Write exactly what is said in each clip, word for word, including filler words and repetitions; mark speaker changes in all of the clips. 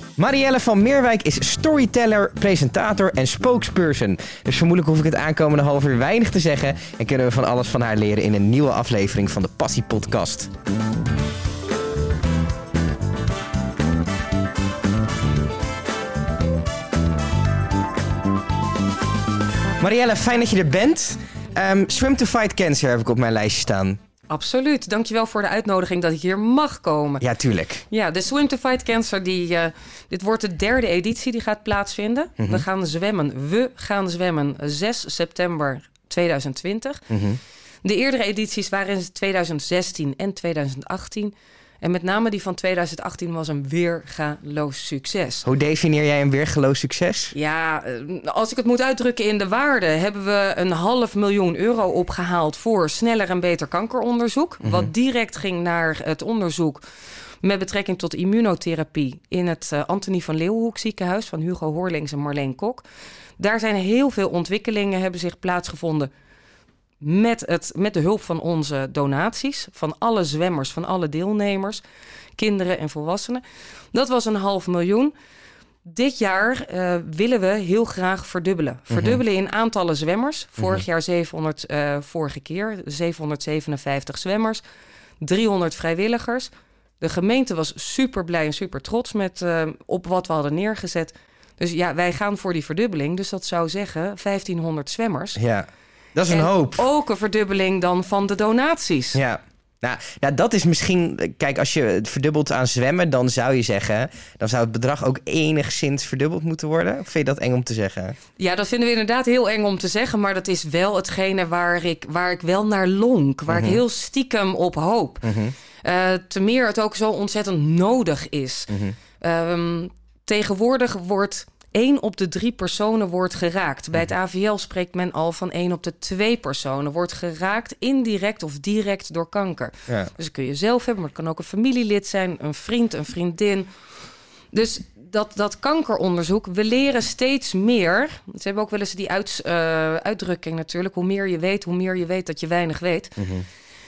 Speaker 1: Marielle van Meerwijk is storyteller, presentator en spokesperson. Dus vermoedelijk hoef ik het aankomende half uur weinig te zeggen en kunnen we van alles van haar leren in een nieuwe aflevering van de Passie Podcast. Marielle, fijn dat je er bent. Um, Swim to Fight Cancer heb ik op mijn lijstje staan.
Speaker 2: Absoluut. Dankjewel voor de uitnodiging dat ik hier mag komen.
Speaker 1: Ja, tuurlijk.
Speaker 2: Ja, de Swim to Fight Cancer, die, uh, dit wordt de derde editie die gaat plaatsvinden. Mm-hmm. We gaan zwemmen. We gaan zwemmen zes september tweeduizend twintig. Mm-hmm. De eerdere edities waren in tweeduizend zestien en tweeduizend achttien. En met name die van tweeduizend achttien was een weergaloos succes.
Speaker 1: Hoe definieer jij een weergaloos succes?
Speaker 2: Ja, als ik het moet uitdrukken in de waarde, hebben we een half miljoen euro opgehaald voor sneller en beter kankeronderzoek. Mm-hmm. Wat direct ging naar het onderzoek met betrekking tot immunotherapie in het uh, Antonie van Leeuwenhoek ziekenhuis van Hugo Horlings en Marleen Kok. Daar zijn heel veel ontwikkelingen hebben zich plaatsgevonden. Met, het, met de hulp van onze donaties, van alle zwemmers, van alle deelnemers, kinderen en volwassenen. Dat was een half miljoen. Dit jaar uh, willen we heel graag verdubbelen. Mm-hmm. Verdubbelen in aantallen zwemmers. Vorig mm-hmm. jaar zevenhonderd, uh, vorige keer zevenhonderdzevenenvijftig zwemmers, driehonderd vrijwilligers. De gemeente was super blij en super trots met, uh, op wat we hadden neergezet. Dus ja, wij gaan voor die verdubbeling. Dus dat zou zeggen vijftienhonderd zwemmers.
Speaker 1: Ja. Dat is een
Speaker 2: en
Speaker 1: hoop.
Speaker 2: Ook een verdubbeling dan van de donaties.
Speaker 1: Ja. Nou, nou, dat is misschien... Kijk, als je het verdubbelt aan zwemmen, dan zou je zeggen... dan zou het bedrag ook enigszins verdubbeld moeten worden. Of vind je dat eng om te zeggen?
Speaker 2: Ja, dat vinden we inderdaad heel eng om te zeggen. Maar dat is wel hetgene waar ik, waar ik wel naar lonk. Waar mm-hmm. ik heel stiekem op hoop. Mm-hmm. Uh, te meer het ook zo ontzettend nodig is. Mm-hmm. Um, tegenwoordig wordt... één op de drie personen wordt geraakt. Bij het A V L spreekt men al van één op de twee personen wordt geraakt, indirect of direct door kanker. Ja. Dus dat kun je zelf hebben, maar het kan ook een familielid zijn, een vriend, een vriendin. Dus dat, dat kankeronderzoek, we leren steeds meer. Ze hebben ook wel eens die uit, uh, uitdrukking natuurlijk. Hoe meer je weet, hoe meer je weet dat je weinig weet. Mm-hmm.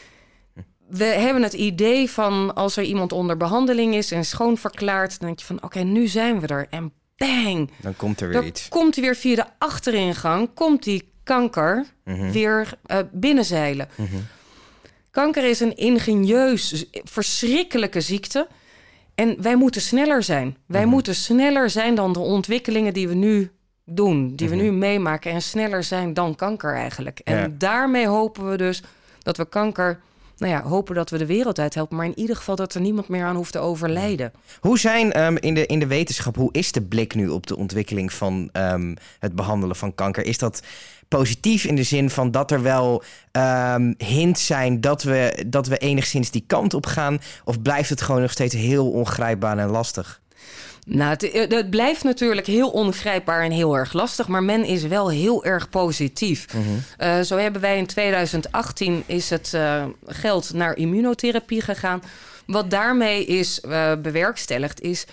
Speaker 2: We hebben het idee van als er iemand onder behandeling is en schoon verklaard, dan denk je van oké, okay, nu zijn we er. En bang!
Speaker 1: Dan komt er weer
Speaker 2: dan
Speaker 1: iets.
Speaker 2: Komt hij weer via de achteringang, komt die kanker mm-hmm. weer uh, binnenzeilen. Mm-hmm. Kanker is een ingenieus, verschrikkelijke ziekte. En wij moeten sneller zijn. Wij mm-hmm. moeten sneller zijn dan de ontwikkelingen die we nu doen. Die mm-hmm. we nu meemaken. En sneller zijn dan kanker eigenlijk. En ja. daarmee hopen we dus dat we kanker... Nou ja, hopen dat we de wereld uithelpen. Maar in ieder geval dat er niemand meer aan hoeft te overlijden.
Speaker 1: Hoe zijn um, in, de, in de wetenschap, hoe is de blik nu op de ontwikkeling van um, het behandelen van kanker? Is dat positief in de zin van dat er wel um, hints zijn dat we, dat we enigszins die kant op gaan? Of blijft het gewoon nog steeds heel ongrijpbaar en lastig?
Speaker 2: Nou, het, het blijft natuurlijk heel ongrijpbaar en heel erg lastig, maar men is wel heel erg positief. Mm-hmm. Uh, zo hebben wij in tweeduizend achttien is het uh, geld naar immunotherapie gegaan. Wat daarmee is uh, bewerkstelligd is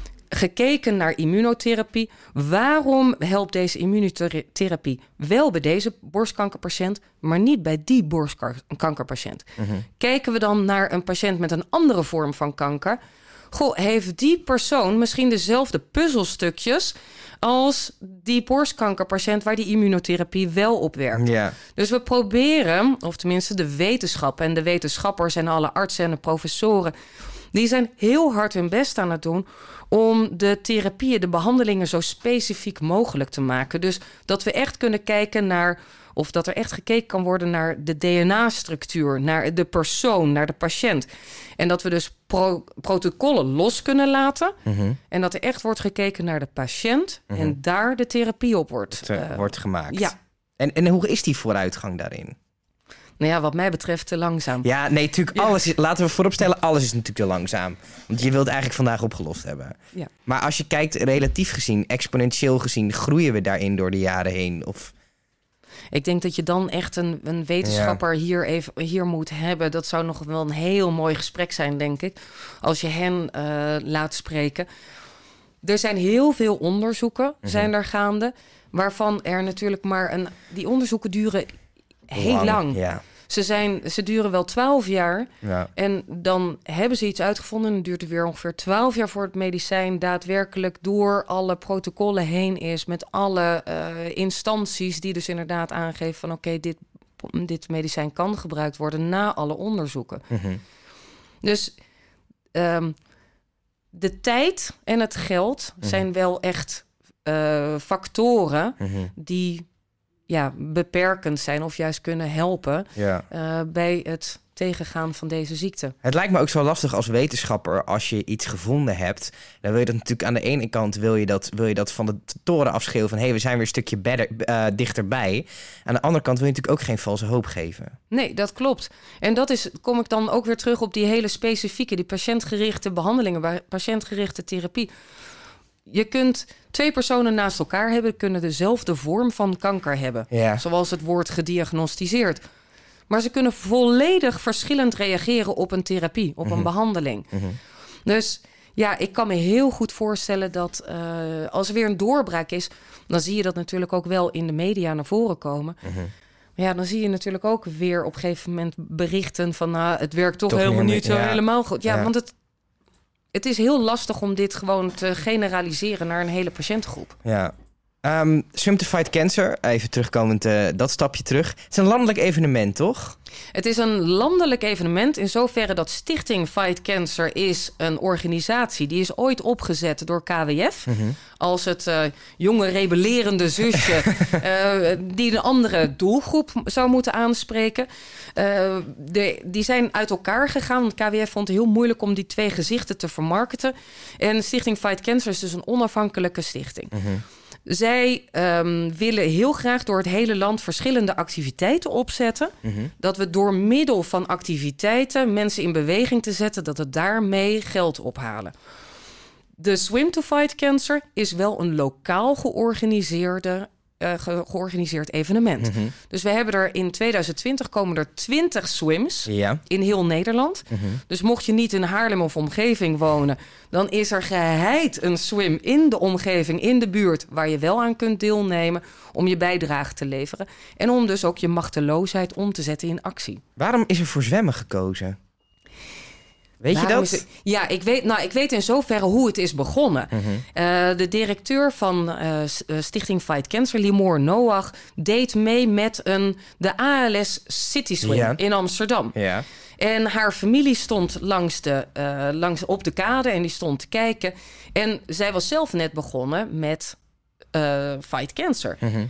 Speaker 2: gekeken naar immunotherapie. Waarom helpt deze immunotherapie wel bij deze borstkankerpatiënt, maar niet bij die borstkankerpatiënt? Mm-hmm. Kijken we dan naar een patiënt met een andere vorm van kanker? Goh, heeft die persoon misschien dezelfde puzzelstukjes als die borstkankerpatiënt waar die immunotherapie wel op werkt?
Speaker 1: Ja.
Speaker 2: Dus we proberen, of tenminste de wetenschap en de wetenschappers en alle artsen en de professoren, die zijn heel hard hun best aan het doen om de therapieën, de behandelingen zo specifiek mogelijk te maken. Dus dat we echt kunnen kijken naar, of dat er echt gekeken kan worden naar de D N A-structuur, naar de persoon, naar de patiënt. En dat we dus pro- protocollen los kunnen laten. Mm-hmm. En dat er echt wordt gekeken naar de patiënt mm-hmm. en daar de therapie op wordt,
Speaker 1: Te, uh, wordt gemaakt.
Speaker 2: Ja.
Speaker 1: En, en hoe is die vooruitgang daarin?
Speaker 2: Nou ja, wat mij betreft te langzaam.
Speaker 1: Ja, nee, natuurlijk. Ja. Alles is, laten we vooropstellen, alles is natuurlijk te langzaam. Want je wilt het eigenlijk vandaag opgelost hebben.
Speaker 2: Ja.
Speaker 1: Maar als je kijkt, relatief gezien, exponentieel gezien, groeien we daarin door de jaren heen? Of...
Speaker 2: Ik denk dat je dan echt een, een wetenschapper ja. hier, even, hier moet hebben. Dat zou nog wel een heel mooi gesprek zijn, denk ik. Als je hen uh, laat spreken. Er zijn heel veel onderzoeken, mm-hmm. zijn er gaande. Waarvan er natuurlijk maar een... Die onderzoeken duren heel lang. lang.
Speaker 1: Ja.
Speaker 2: Ze, zijn, ze duren wel twaalf jaar.
Speaker 1: Ja.
Speaker 2: En dan hebben ze iets uitgevonden. En dan duurt het weer ongeveer twaalf jaar voor het medicijn daadwerkelijk door alle protocollen heen is. Met alle uh, instanties die dus inderdaad aangeven van oké, okay, dit, dit medicijn kan gebruikt worden na alle onderzoeken.
Speaker 1: Mm-hmm.
Speaker 2: Dus um, de tijd en het geld
Speaker 1: mm-hmm.
Speaker 2: zijn wel echt uh, factoren
Speaker 1: mm-hmm.
Speaker 2: die ja, beperkend zijn of juist kunnen helpen
Speaker 1: ja.
Speaker 2: uh, bij het tegengaan van deze ziekte.
Speaker 1: Het lijkt me ook zo lastig als wetenschapper als je iets gevonden hebt. Dan wil je dat natuurlijk aan de ene kant wil je dat, wil je dat van de toren afschreeuwen van hé, hey, we zijn weer een stukje better, uh, dichterbij. Aan de andere kant wil je natuurlijk ook geen valse hoop geven.
Speaker 2: Nee, dat klopt. En dat is, kom ik dan ook weer terug op die hele specifieke, die patiëntgerichte behandelingen, patiëntgerichte therapie. Je kunt twee personen naast elkaar hebben, kunnen dezelfde vorm van kanker hebben.
Speaker 1: Ja.
Speaker 2: Zoals het wordt gediagnosticeerd. Maar ze kunnen volledig verschillend reageren op een therapie, op
Speaker 1: Mm-hmm.
Speaker 2: een behandeling.
Speaker 1: Mm-hmm.
Speaker 2: Dus ja, ik kan me heel goed voorstellen dat uh, als er weer een doorbraak is, dan zie je dat natuurlijk ook wel in de media naar voren komen.
Speaker 1: Mm-hmm.
Speaker 2: Maar ja, dan zie je natuurlijk ook weer op een gegeven moment berichten van nou, het werkt toch,
Speaker 1: Toch
Speaker 2: helemaal
Speaker 1: niet,
Speaker 2: niet zo
Speaker 1: ja.
Speaker 2: helemaal goed. Ja,
Speaker 1: Ja.
Speaker 2: want het, het is heel lastig om dit gewoon te generaliseren naar een hele patiëntengroep.
Speaker 1: Ja. Um, Swim to Fight Cancer, even terugkomend uh, dat stapje terug. Het is een landelijk evenement, toch?
Speaker 2: Het is een landelijk evenement in zoverre dat Stichting Fight Cancer is een organisatie. Die is ooit opgezet door K W F.
Speaker 1: Mm-hmm.
Speaker 2: Als het uh, jonge rebellerende zusje uh, die een andere doelgroep zou moeten aanspreken. Uh, de, die zijn uit elkaar gegaan. Want K W F vond het heel moeilijk om die twee gezichten te vermarkten. En Stichting Fight Cancer is dus een onafhankelijke stichting.
Speaker 1: Mm-hmm.
Speaker 2: Zij um, willen heel graag door het hele land verschillende activiteiten opzetten.
Speaker 1: Mm-hmm.
Speaker 2: Dat we door middel van activiteiten mensen in beweging te zetten, dat we daarmee geld ophalen. De Swim to Fight Cancer is wel een lokaal georganiseerde, uh, ge- georganiseerd evenement.
Speaker 1: Mm-hmm.
Speaker 2: Dus we hebben er in tweeduizend twintig komen er twintig swims
Speaker 1: Ja.
Speaker 2: in heel Nederland.
Speaker 1: Mm-hmm.
Speaker 2: Dus mocht je niet in Haarlem of omgeving wonen, dan is er geheid een swim in de omgeving, in de buurt, waar je wel aan kunt deelnemen om je bijdrage te leveren. En om dus ook je machteloosheid om te zetten in actie.
Speaker 1: Waarom is er voor zwemmen gekozen? Weet
Speaker 2: Waarom
Speaker 1: je
Speaker 2: is
Speaker 1: dat?
Speaker 2: het- ja, ik weet, nou, ik weet in zoverre hoe het is begonnen.
Speaker 1: Mm-hmm.
Speaker 2: Uh, de directeur van uh, Stichting Fight Cancer, Limor Noach, deed mee met een, de A L S City Swim
Speaker 1: Ja.
Speaker 2: in Amsterdam.
Speaker 1: Ja.
Speaker 2: En haar familie stond langs de, uh, langs, op de kade en die stond te kijken. En zij was zelf net begonnen met uh, Fight Cancer.
Speaker 1: Mm-hmm.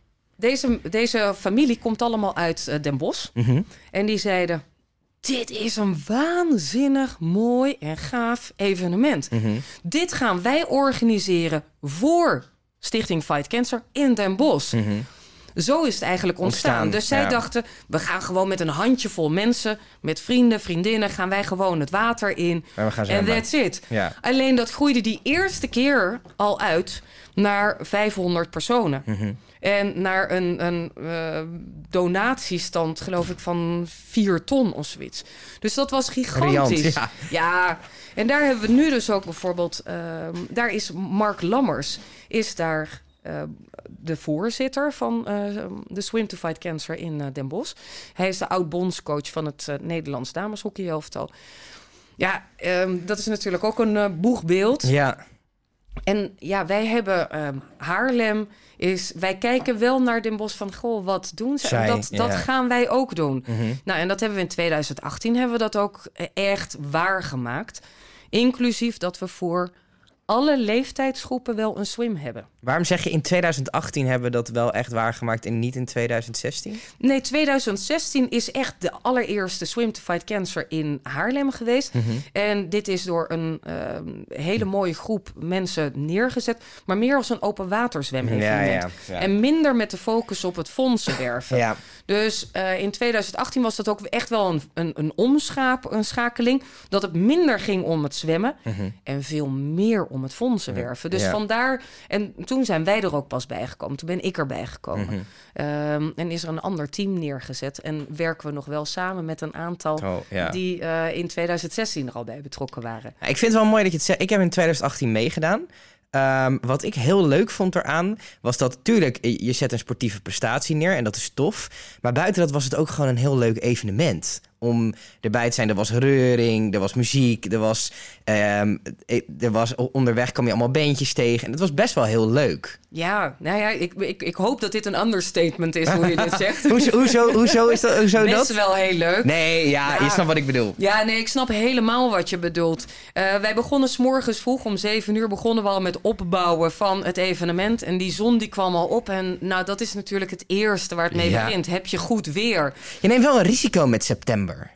Speaker 2: Deze, deze familie komt allemaal uit uh, Den Bosch.
Speaker 1: Mm-hmm.
Speaker 2: En die zeiden, dit is een waanzinnig mooi en gaaf evenement.
Speaker 1: Mm-hmm.
Speaker 2: Dit gaan wij organiseren voor Stichting Fight Cancer in Den Bosch.
Speaker 1: Mm-hmm.
Speaker 2: Zo is het eigenlijk ontstaan.
Speaker 1: Ontstaan,
Speaker 2: dus zij
Speaker 1: ja.
Speaker 2: dachten, we gaan gewoon met een handjevol mensen, met vrienden, vriendinnen, gaan wij gewoon het water in.
Speaker 1: Maar we gaan
Speaker 2: En
Speaker 1: zwemmen.
Speaker 2: that's it.
Speaker 1: Ja.
Speaker 2: Alleen dat groeide die eerste keer al uit naar vijfhonderd personen.
Speaker 1: Mm-hmm.
Speaker 2: En naar een, een uh, donatiestand, geloof ik, van vier ton of zoiets. Dus dat was gigantisch.
Speaker 1: Riant, ja.
Speaker 2: Ja, en daar hebben we nu dus ook bijvoorbeeld... Uh, daar is Mark Lammers, is daar uh, de voorzitter van uh, de Swim to Fight Cancer in uh, Den Bosch. Hij is de oud-bondscoach van het uh, Nederlands dameshockeyelftal. Ja, um, dat is natuurlijk ook een uh, boegbeeld.
Speaker 1: Ja.
Speaker 2: En ja, wij hebben um, Haarlem is... Wij kijken wel naar Den Bosch van... Goh, wat doen ze?
Speaker 1: Zij,
Speaker 2: dat, dat
Speaker 1: ja.
Speaker 2: gaan wij ook doen.
Speaker 1: Mm-hmm.
Speaker 2: Nou, en dat hebben we in tweeduizend achttien... hebben we dat ook echt waargemaakt. Inclusief dat we voor alle leeftijdsgroepen wel een swim hebben.
Speaker 1: Waarom zeg je in tweeduizend achttien hebben we dat wel echt waargemaakt en niet in tweeduizend zestien?
Speaker 2: Nee, tweeduizend zestien is echt de allereerste Swim to Fight Cancer in Haarlem geweest.
Speaker 1: Mm-hmm.
Speaker 2: En dit is door een uh, hele mooie groep mensen neergezet. Maar meer als een open waterzwemevenement.
Speaker 1: Ja, ja, ja.
Speaker 2: En minder met de focus op het fondsenwerven.
Speaker 1: Ja.
Speaker 2: Dus uh, in tweeduizend achttien was dat ook echt wel een, een, een omschaap, een schakeling. Dat het minder ging om het zwemmen.
Speaker 1: Mm-hmm.
Speaker 2: En veel meer om het fondsenwerven. Dus
Speaker 1: Ja.
Speaker 2: vandaar... En toen zijn wij er ook pas bij gekomen. Toen ben ik erbij gekomen.
Speaker 1: Mm-hmm.
Speaker 2: Um, en is er een ander team neergezet. En werken we nog wel samen met een aantal...
Speaker 1: Oh, ja.
Speaker 2: die uh, in tweeduizend zestien er al bij betrokken waren.
Speaker 1: Ik vind het wel mooi dat je het zegt. Ik heb in tweeduizend achttien meegedaan. Um, wat ik heel leuk vond eraan, was dat natuurlijk, je zet een sportieve prestatie neer en dat is tof. Maar buiten dat was het ook gewoon een heel leuk evenement. Om erbij te zijn, er was reuring, er was muziek, er was, um, er was onderweg kwam je allemaal bandjes tegen. En het was best wel heel leuk.
Speaker 2: Ja, nou ja, ik, ik, ik hoop dat dit een understatement is, hoe je dit zegt.
Speaker 1: hoezo, hoezo, hoezo is dat? Hoezo
Speaker 2: Best
Speaker 1: dat?
Speaker 2: wel heel leuk.
Speaker 1: Nee, ja, ja, je snapt wat ik bedoel.
Speaker 2: Ja, nee, ik snap helemaal wat je bedoelt. Uh, wij begonnen 's morgens vroeg, om zeven uur begonnen we al met opbouwen van het evenement. En die zon die kwam al op. En nou, dat is natuurlijk het eerste waar het mee ja. begint. Heb je goed weer.
Speaker 1: Je neemt wel een risico met september.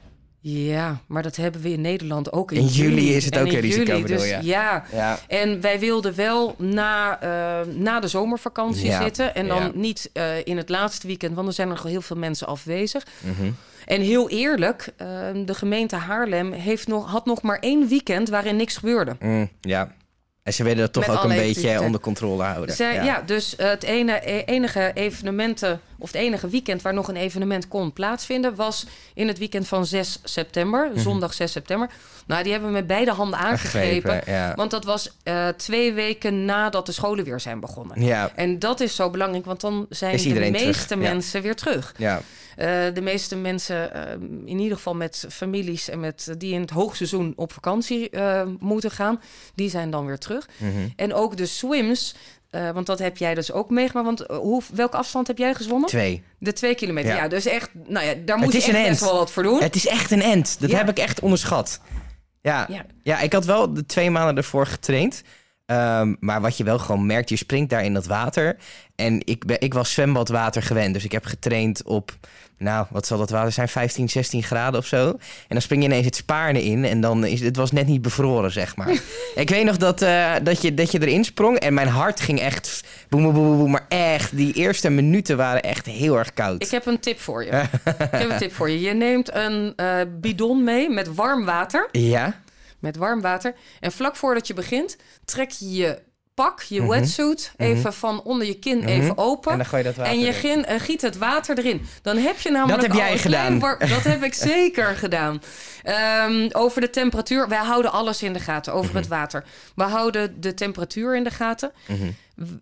Speaker 2: Ja, maar dat hebben we in Nederland ook in,
Speaker 1: in juli. juli is het
Speaker 2: en
Speaker 1: ook een risico,
Speaker 2: juli,
Speaker 1: bedoel
Speaker 2: dus,
Speaker 1: je?
Speaker 2: Ja. ja. En wij wilden wel na, uh, na de zomervakantie ja. zitten. En dan ja. niet uh, in het laatste weekend, want er zijn nog heel veel mensen afwezig. Mm-hmm. En heel eerlijk, uh, de gemeente Haarlem heeft nog, had nog maar één weekend waarin niks gebeurde.
Speaker 1: Mm, ja. En ze willen dat toch Met ook een beetje onder controle houden.
Speaker 2: Ze, ja. ja, dus het ene, enige evenementen, of het enige weekend waar nog een evenement kon plaatsvinden, was in het weekend van zes september, mm-hmm. zondag zes september. Nou, die hebben we met beide handen aangegrepen. Gegrepen, ja. Want dat was uh, twee weken nadat de scholen weer zijn begonnen. Ja. En dat is zo belangrijk, want dan zijn de meeste terug. mensen ja. weer terug. Ja. Uh, de meeste mensen, uh, in ieder geval met families en met die in het hoogseizoen op vakantie uh, moeten gaan, die zijn dan weer terug. Mm-hmm. En ook de swims, uh, want dat heb jij dus ook meegemaakt. Want uh, hoe, welke afstand heb jij gezwommen?
Speaker 1: Twee.
Speaker 2: De twee kilometer, ja. ja dus echt, nou ja, daar moet je echt best wel wat voor doen.
Speaker 1: Het is echt een end. Dat ja. heb ik echt onderschat. Ja. Ja. ja, ik had wel de twee maanden ervoor getraind. Um, maar wat je wel gewoon merkt, je springt daar in dat water. En ik, ben, ik was zwembadwater gewend. Dus ik heb getraind op, nou, wat zal dat water zijn? vijftien, zestien graden of zo. En dan spring je ineens het Spaarne in. En dan is het was net niet bevroren, zeg maar. Ik weet nog dat, uh, dat, je, dat je erin sprong. En mijn hart ging echt boem, boem, boem, boem. Maar echt, die eerste minuten waren echt heel erg koud.
Speaker 2: Ik heb een tip voor je. ik heb een tip voor je. Je neemt een uh, bidon mee met warm water.
Speaker 1: Ja. Met
Speaker 2: warm water. En vlak voordat je begint, trek je je pak, je mm-hmm. wetsuit, even mm-hmm. van onder je kin mm-hmm. even open.
Speaker 1: En dan gooi je dat water
Speaker 2: En je gin, uh, giet het water erin. Dan heb je namelijk...
Speaker 1: Dat heb jij gedaan.
Speaker 2: War- dat heb ik zeker gedaan. Um, over de temperatuur. Wij houden alles in de gaten. Over mm-hmm. het water. We houden de temperatuur in de gaten. Mm-hmm.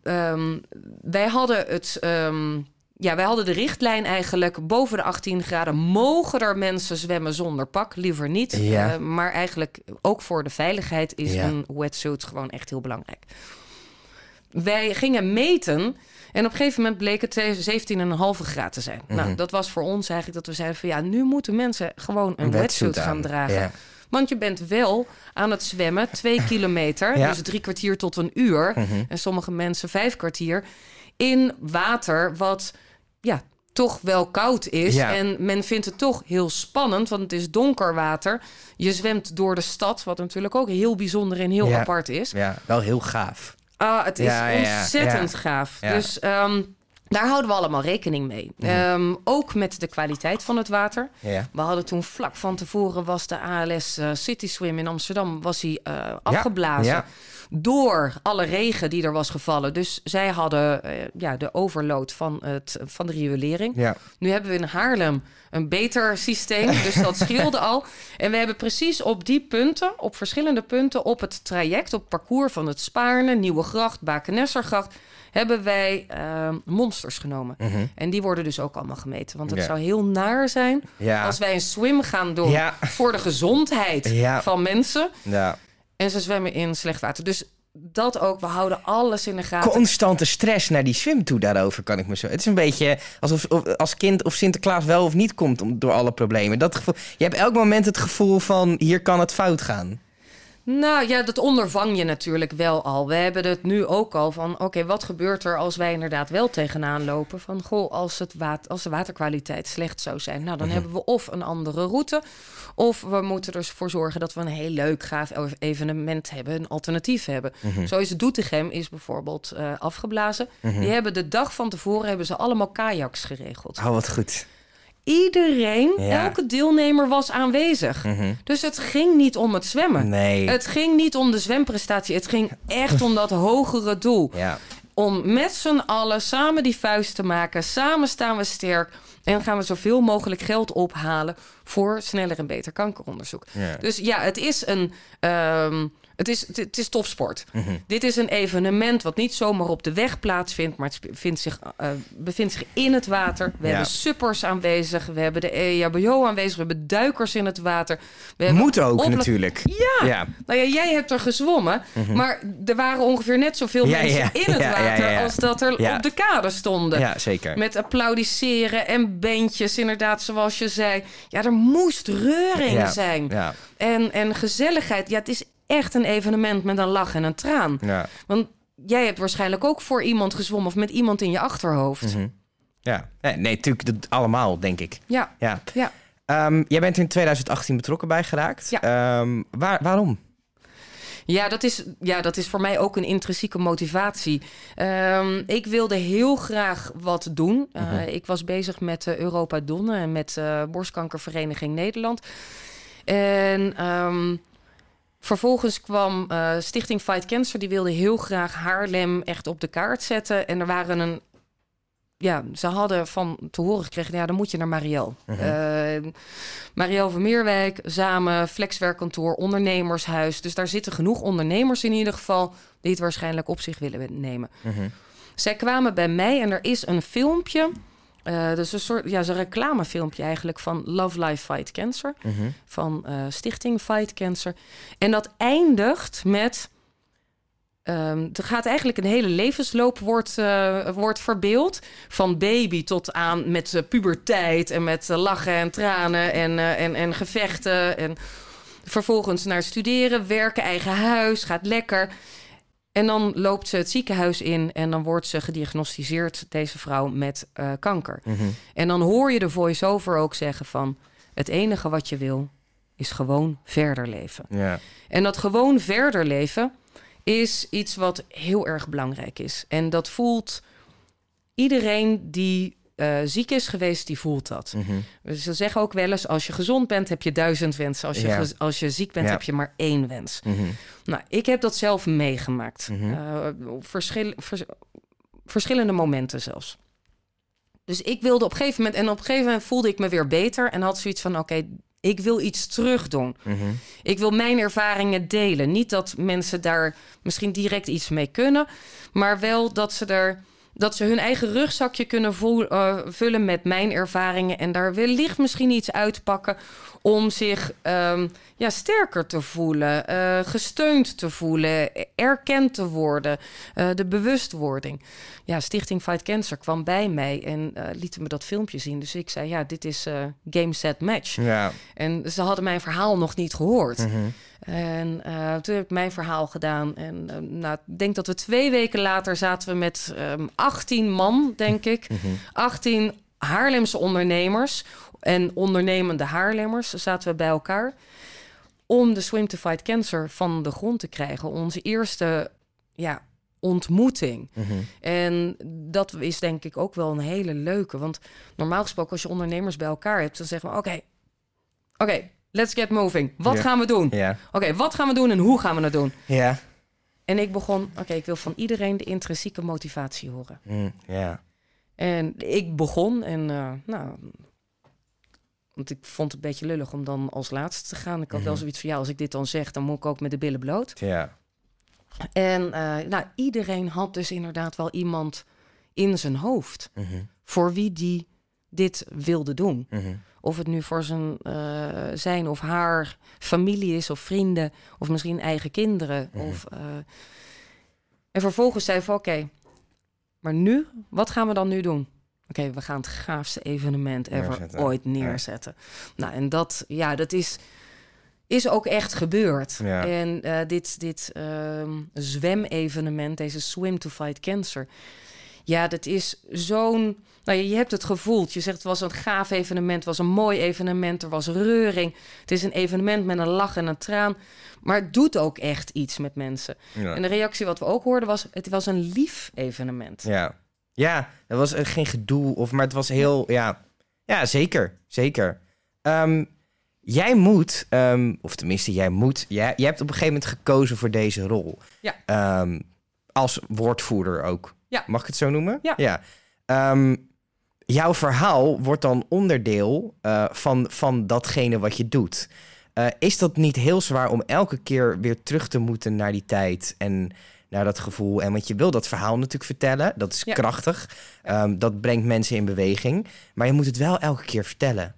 Speaker 2: Um, wij hadden het... Um, Ja, wij hadden de richtlijn eigenlijk boven de achttien graden. Mogen er mensen zwemmen zonder pak? Liever niet. Ja. Uh, maar eigenlijk ook voor de veiligheid is ja. een wetsuit gewoon echt heel belangrijk. Wij gingen meten en op een gegeven moment bleek het zeventien komma vijf graden te zijn. Mm-hmm. Nou, dat was voor ons eigenlijk dat we zeiden van ja, nu moeten mensen gewoon een, een wetsuit, wetsuit gaan dragen. Ja. Want je bent wel aan het zwemmen, twee kilometer, ja. dus drie kwartier tot een uur. Mm-hmm. En sommige mensen vijf kwartier in water wat... ja, toch wel koud is. Ja. En men vindt het toch heel spannend, want het is donker water. Je zwemt door de stad, wat natuurlijk ook heel bijzonder en heel
Speaker 1: ja.
Speaker 2: apart is.
Speaker 1: Ja, wel heel gaaf.
Speaker 2: Ah, het is ja, ontzettend ja. gaaf. Ja. Dus um, daar houden we allemaal rekening mee. Mm-hmm. Um, ook met de kwaliteit van het water. Ja. We hadden toen vlak van tevoren was de A L S uh, City Swim in Amsterdam was hij uh, afgeblazen. Ja. Ja. Door alle regen die er was gevallen. Dus zij hadden uh, ja, de overload van, het, van de riolering. Ja. Nu hebben we in Haarlem een beter systeem. Dus dat scheelde al. En we hebben precies op die punten, op verschillende punten... op het traject, op het parcours van het Spaarne, Nieuwegracht, Bakenessergracht... hebben wij uh, monsters genomen. Mm-hmm. En die worden dus ook allemaal gemeten. Want het ja. zou heel naar zijn ja. als wij een swim gaan doen... Ja. voor de gezondheid ja. van mensen... Ja. En ze zwemmen in slecht water. Dus dat ook, we houden alles in de gaten.
Speaker 1: Constante stress naar die swim toe daarover, kan ik me zo... Het is een beetje alsof als kind of Sinterklaas wel of niet komt door alle problemen. Dat gevoel, je hebt elk moment het gevoel van, hier kan het fout gaan.
Speaker 2: Nou ja, dat ondervang je natuurlijk wel al. We hebben het nu ook al van... oké, okay, wat gebeurt er als wij inderdaad wel tegenaan lopen? Van, goh, als, het water, als de waterkwaliteit slecht zou zijn... nou, dan mm-hmm. hebben we of een andere route... of we moeten ervoor zorgen dat we een heel leuk, gaaf evenement hebben... een alternatief hebben. Mm-hmm. Zo is Doetinchem is bijvoorbeeld uh, afgeblazen. Mm-hmm. Die hebben de dag van tevoren hebben ze allemaal kajaks geregeld.
Speaker 1: Oh, wat goed.
Speaker 2: Iedereen, ja. elke deelnemer was aanwezig. Mm-hmm. Dus het ging niet om het zwemmen.
Speaker 1: Nee.
Speaker 2: Het ging niet om de zwemprestatie. Het ging echt om dat hogere doel. Ja. Om met z'n allen samen die vuist te maken. Samen staan we sterk. En gaan we zoveel mogelijk geld ophalen... voor sneller en beter kankeronderzoek. Ja. Dus ja, het is een... Um, Het is, het is topsport.
Speaker 1: Mm-hmm.
Speaker 2: Dit is een evenement wat niet zomaar op de weg plaatsvindt, maar het bevindt zich, uh, bevindt zich in het water. We ja. hebben suppers aanwezig, we hebben de E H B O aanwezig, we hebben duikers in het water. We
Speaker 1: Moet ook
Speaker 2: opla-
Speaker 1: natuurlijk.
Speaker 2: Ja. ja, nou ja, jij hebt er gezwommen, mm-hmm. maar er waren ongeveer net zoveel ja, mensen ja. in het ja, water ja, ja, ja. als dat er ja. op de kade stonden.
Speaker 1: Ja, zeker.
Speaker 2: Met applaudisseren en bandjes, inderdaad, zoals je zei. Ja, er moest reuring ja. zijn.
Speaker 1: Ja.
Speaker 2: En, en gezelligheid. Ja, het is echt een evenement met een lach en een traan.
Speaker 1: Ja.
Speaker 2: Want jij hebt waarschijnlijk ook voor iemand gezwommen of met iemand in je achterhoofd.
Speaker 1: Mm-hmm. Ja, nee, nee, natuurlijk dat allemaal, denk ik.
Speaker 2: Ja.
Speaker 1: ja.
Speaker 2: ja.
Speaker 1: Um, jij bent er in twintig achttien betrokken bij geraakt.
Speaker 2: Ja.
Speaker 1: Um, waar, waarom?
Speaker 2: Ja dat, is, ja, dat is voor mij ook een intrinsieke motivatie. Um, ik wilde heel graag wat doen. Uh, mm-hmm. Ik was bezig met uh, Europa Donne en met uh, Borstkankervereniging Nederland. En um, vervolgens kwam uh, Stichting Fight Cancer. Die wilde heel graag Haarlem echt op de kaart zetten. En er waren een... Ja, ze hadden van te horen gekregen... ja, dan moet je naar Marielle. Uh-huh. Uh, Marielle van Meerwijk, samen, flexwerkkantoor, ondernemershuis. Dus daar zitten genoeg ondernemers in ieder geval... die het waarschijnlijk op zich willen nemen.
Speaker 1: Uh-huh.
Speaker 2: Zij kwamen bij mij en er is een filmpje... Uh, dus een soort ja, zo'n reclamefilmpje eigenlijk van Love Life Fight Cancer.
Speaker 1: Uh-huh.
Speaker 2: Van uh, Stichting Fight Cancer. En dat eindigt met... Um, er gaat eigenlijk een hele levensloop wordt, uh, wordt verbeeld. Van baby tot aan met uh, puberteit en met uh, lachen en tranen en, uh, en, en gevechten. En vervolgens naar studeren, werken, eigen huis, gaat lekker. En dan loopt ze het ziekenhuis in en dan wordt ze gediagnosticeerd, deze vrouw, met uh, kanker.
Speaker 1: Mm-hmm.
Speaker 2: En dan hoor je de voice-over ook zeggen van... het enige wat je wil is gewoon verder leven.
Speaker 1: Yeah.
Speaker 2: En dat gewoon verder leven... is iets wat heel erg belangrijk is. En dat voelt iedereen die uh, ziek is geweest, die voelt dat.
Speaker 1: Mm-hmm.
Speaker 2: Dus ze zeggen ook wel eens, als je gezond bent, heb je duizend wensen. Als je,
Speaker 1: ja.
Speaker 2: ge- als je ziek bent,
Speaker 1: ja.
Speaker 2: heb je maar één wens.
Speaker 1: Mm-hmm.
Speaker 2: Nou, ik heb dat zelf meegemaakt.
Speaker 1: Mm-hmm.
Speaker 2: Uh, op verschil- vers- verschillende momenten zelfs. Dus ik wilde op een gegeven moment... en op een gegeven moment voelde ik me weer beter... en had zoiets van, oké... Okay, ik wil iets terug doen.
Speaker 1: Mm-hmm.
Speaker 2: Ik wil mijn ervaringen delen. Niet dat mensen daar misschien direct iets mee kunnen... maar wel dat ze, er, dat ze hun eigen rugzakje kunnen voel, uh, vullen met mijn ervaringen... en daar wellicht misschien iets uitpakken... om zich um, ja, sterker te voelen, uh, gesteund te voelen... erkend te worden, uh, de bewustwording. Ja, Stichting Fight Cancer kwam bij mij en uh, lieten me dat filmpje zien. Dus ik zei, ja, dit is uh, game, set, match.
Speaker 1: Ja.
Speaker 2: En ze hadden mijn verhaal nog niet gehoord.
Speaker 1: Mm-hmm.
Speaker 2: En uh, toen heb ik mijn verhaal gedaan. En uh, nou, ik denk dat we twee weken later zaten we met um, achttien man, denk ik.
Speaker 1: Mm-hmm.
Speaker 2: achttien Haarlemse ondernemers en ondernemende Haarlemmers zaten we bij elkaar... om de Swim to Fight Cancer van de grond te krijgen. Onze eerste ja, ontmoeting.
Speaker 1: Mm-hmm.
Speaker 2: En dat is denk ik ook wel een hele leuke. Want normaal gesproken als je ondernemers bij elkaar hebt... dan zeggen we, oké, okay, oké, okay, let's get moving. Wat
Speaker 1: yeah.
Speaker 2: gaan we doen?
Speaker 1: Yeah.
Speaker 2: Oké, okay, wat gaan we doen en hoe gaan we het doen?
Speaker 1: Ja. Yeah.
Speaker 2: En ik begon, oké, okay, ik wil van iedereen de intrinsieke motivatie horen.
Speaker 1: Ja. Mm, yeah.
Speaker 2: En ik begon en uh, nou... Want ik vond het een beetje lullig om dan als laatste te gaan. Ik had mm-hmm. wel zoiets van, ja, als ik dit dan zeg... dan moet ik ook met de billen bloot.
Speaker 1: Ja. Yeah.
Speaker 2: En uh, nou, iedereen had dus inderdaad wel iemand in zijn hoofd...
Speaker 1: Mm-hmm.
Speaker 2: voor wie die dit wilde doen.
Speaker 1: Mm-hmm.
Speaker 2: Of het nu voor zijn, uh, zijn of haar familie is of vrienden... of misschien eigen kinderen. Mm-hmm. Of, uh... En vervolgens zei van, oké, okay, maar nu, wat gaan we dan nu doen? Oké, okay, we gaan het gaafste evenement ever neerzetten. ooit neerzetten. Ja. Nou, en dat, ja, dat is, is ook echt gebeurd.
Speaker 1: Ja.
Speaker 2: En uh, dit, dit uh, zwemevenement, deze Swim to Fight Cancer... ja, dat is zo'n... Nou, je, je hebt het gevoeld. Je zegt, het was een gaaf evenement, het was een mooi evenement, er was reuring. Het is een evenement met een lach en een traan. Maar het doet ook echt iets met mensen. Ja. En de reactie wat we ook hoorden was, het was een lief evenement.
Speaker 1: Ja. Ja, er was geen gedoe, of, maar het was heel... Ja, ja zeker. Zeker. Um, jij moet, um, of tenminste, jij moet... Jij, jij hebt op een gegeven moment gekozen voor deze rol.
Speaker 2: Ja.
Speaker 1: Um, als woordvoerder ook.
Speaker 2: Ja.
Speaker 1: Mag ik het zo noemen?
Speaker 2: Ja.
Speaker 1: Ja. Um, jouw verhaal wordt dan onderdeel uh, van, van datgene wat je doet. Uh, is dat niet heel zwaar om elke keer weer terug te moeten naar die tijd en naar dat gevoel? En want je wil dat verhaal natuurlijk vertellen. Dat is ja. krachtig. Um, dat brengt mensen in beweging. Maar je moet het wel elke keer vertellen.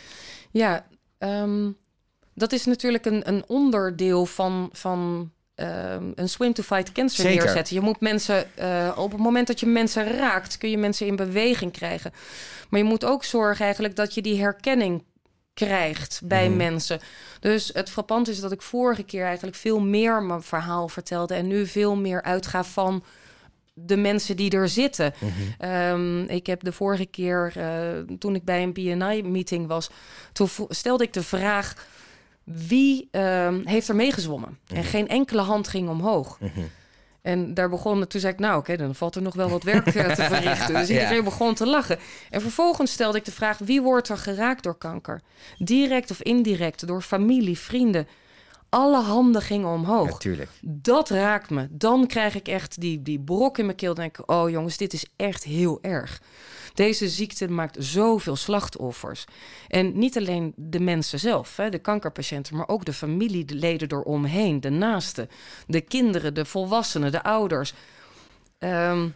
Speaker 2: Ja, um, dat is natuurlijk een, een onderdeel van... van... Um, een swim to fight cancer Zeker. neerzetten. Je moet mensen, uh, op het moment dat je mensen raakt, kun je mensen in beweging krijgen. Maar je moet ook zorgen eigenlijk dat je die herkenning krijgt bij mm. mensen. Dus het frappant is dat ik vorige keer eigenlijk veel meer mijn verhaal vertelde en nu veel meer uitga van de mensen die er zitten. Mm-hmm. Um, ik heb de vorige keer, uh, toen ik bij een B N I-meeting was, toen stelde ik de vraag: wie uh, heeft er meegezwommen? Mm-hmm. En geen enkele hand ging omhoog. Mm-hmm. En daar begon, toen zei ik, nou oké, okay, dan valt er nog wel wat werk te verrichten. Dus iedereen ja. begon te lachen. En vervolgens stelde ik de vraag: wie wordt er geraakt door kanker? Direct of indirect, door familie, vrienden. Alle handen gingen omhoog.
Speaker 1: Natuurlijk.
Speaker 2: Dat raakt me. Dan krijg ik echt die, die brok in mijn keel. Dan denk ik, oh jongens, dit is echt heel erg. Deze ziekte maakt zoveel slachtoffers. En niet alleen de mensen zelf, hè, de kankerpatiënten, maar ook de familieleden eromheen, de naasten, de kinderen, de volwassenen, de ouders. Um,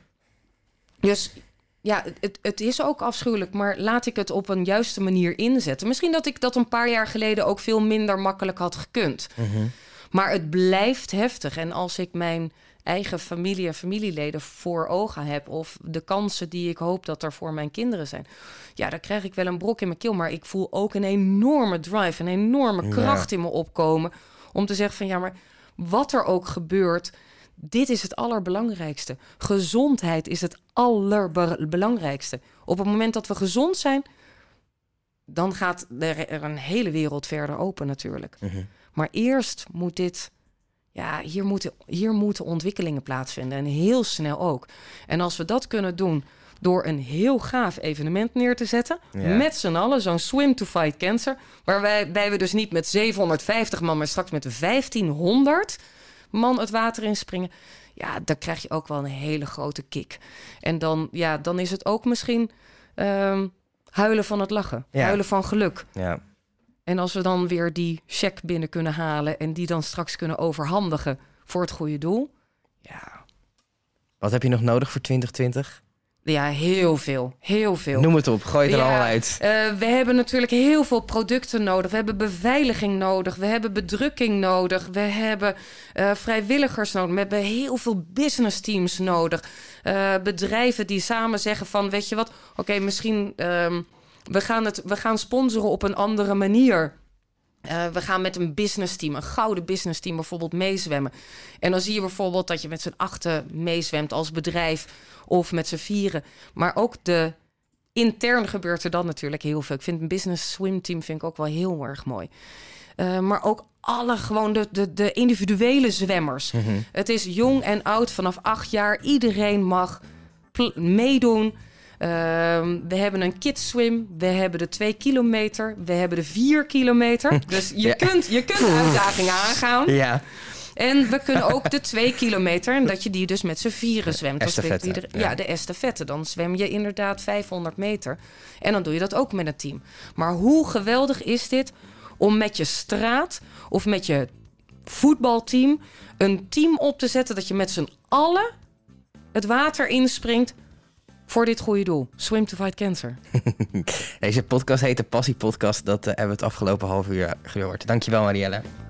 Speaker 2: dus ja, het, het is ook afschuwelijk, maar laat ik het op een juiste manier inzetten. Misschien dat ik dat een paar jaar geleden ook veel minder makkelijk had gekund. Mm-hmm. Maar het blijft heftig. En als ik mijn eigen familie en familieleden voor ogen heb, of de kansen die ik hoop dat er voor mijn kinderen zijn, ja, dan krijg ik wel een brok in mijn keel. Maar ik voel ook een enorme drive, een enorme kracht ja. in me opkomen om te zeggen van ja, maar wat er ook gebeurt, dit is het allerbelangrijkste. Gezondheid is het allerbelangrijkste. Op het moment dat we gezond zijn, dan gaat er een hele wereld verder open natuurlijk. Mm-hmm. Maar eerst moet dit, ja, hier moeten, hier moeten ontwikkelingen plaatsvinden. En heel snel ook. En als we dat kunnen doen door een heel gaaf evenement neer te zetten, ja. met z'n allen, zo'n Swim to Fight Cancer, waarbij we dus niet met zevenhonderdvijftig man, maar straks met vijftienhonderd man het water inspringen, ja, dan krijg je ook wel een hele grote kick. En dan, ja, dan is het ook misschien um, huilen van het lachen. Ja. Huilen van geluk. Ja. En als we dan weer die cheque binnen kunnen halen en die dan straks kunnen overhandigen voor het goede doel. Ja.
Speaker 1: Wat heb je nog nodig voor twintig twintig?
Speaker 2: Ja, heel veel. Heel veel.
Speaker 1: Noem het op. Gooi het er
Speaker 2: ja,
Speaker 1: allemaal uit.
Speaker 2: Uh, we hebben natuurlijk heel veel producten nodig. We hebben beveiliging nodig. We hebben bedrukking nodig. We hebben uh, vrijwilligers nodig. We hebben heel veel business teams nodig. Uh, bedrijven die samen zeggen van, weet je wat, oké, okay, misschien Uh, We gaan, het, we gaan sponsoren op een andere manier. Uh, we gaan met een business team, een gouden business team bijvoorbeeld meezwemmen. En dan zie je bijvoorbeeld dat je met z'n achten meezwemt als bedrijf of met z'n vieren. Maar ook de intern gebeurt er dan natuurlijk heel veel. Ik vind een business swim team vind ik ook wel heel erg mooi. Uh, maar ook alle gewoon de, de, de individuele zwemmers. Mm-hmm. Het is jong en oud, vanaf acht jaar. Iedereen mag pl- meedoen. Uh, we hebben een kids swim, we hebben de twee kilometer, we hebben de vier kilometer. Dus je ja. kunt, je kunt uitdagingen aangaan. Ja. En we kunnen ook de twee kilometer, en dat je die dus met z'n vieren zwemt.
Speaker 1: Estafette.
Speaker 2: Ieder, ja. ja, de estafette. Dan zwem je inderdaad vijfhonderd meter. En dan doe je dat ook met een team. Maar hoe geweldig is dit om met je straat of met je voetbalteam een team op te zetten dat je met z'n allen het water inspringt voor dit goede doel. Swim to Fight Cancer.
Speaker 1: Deze podcast heet de Passie Podcast. Dat uh, hebben we het afgelopen half uur gehoord. Dankjewel, Marielle.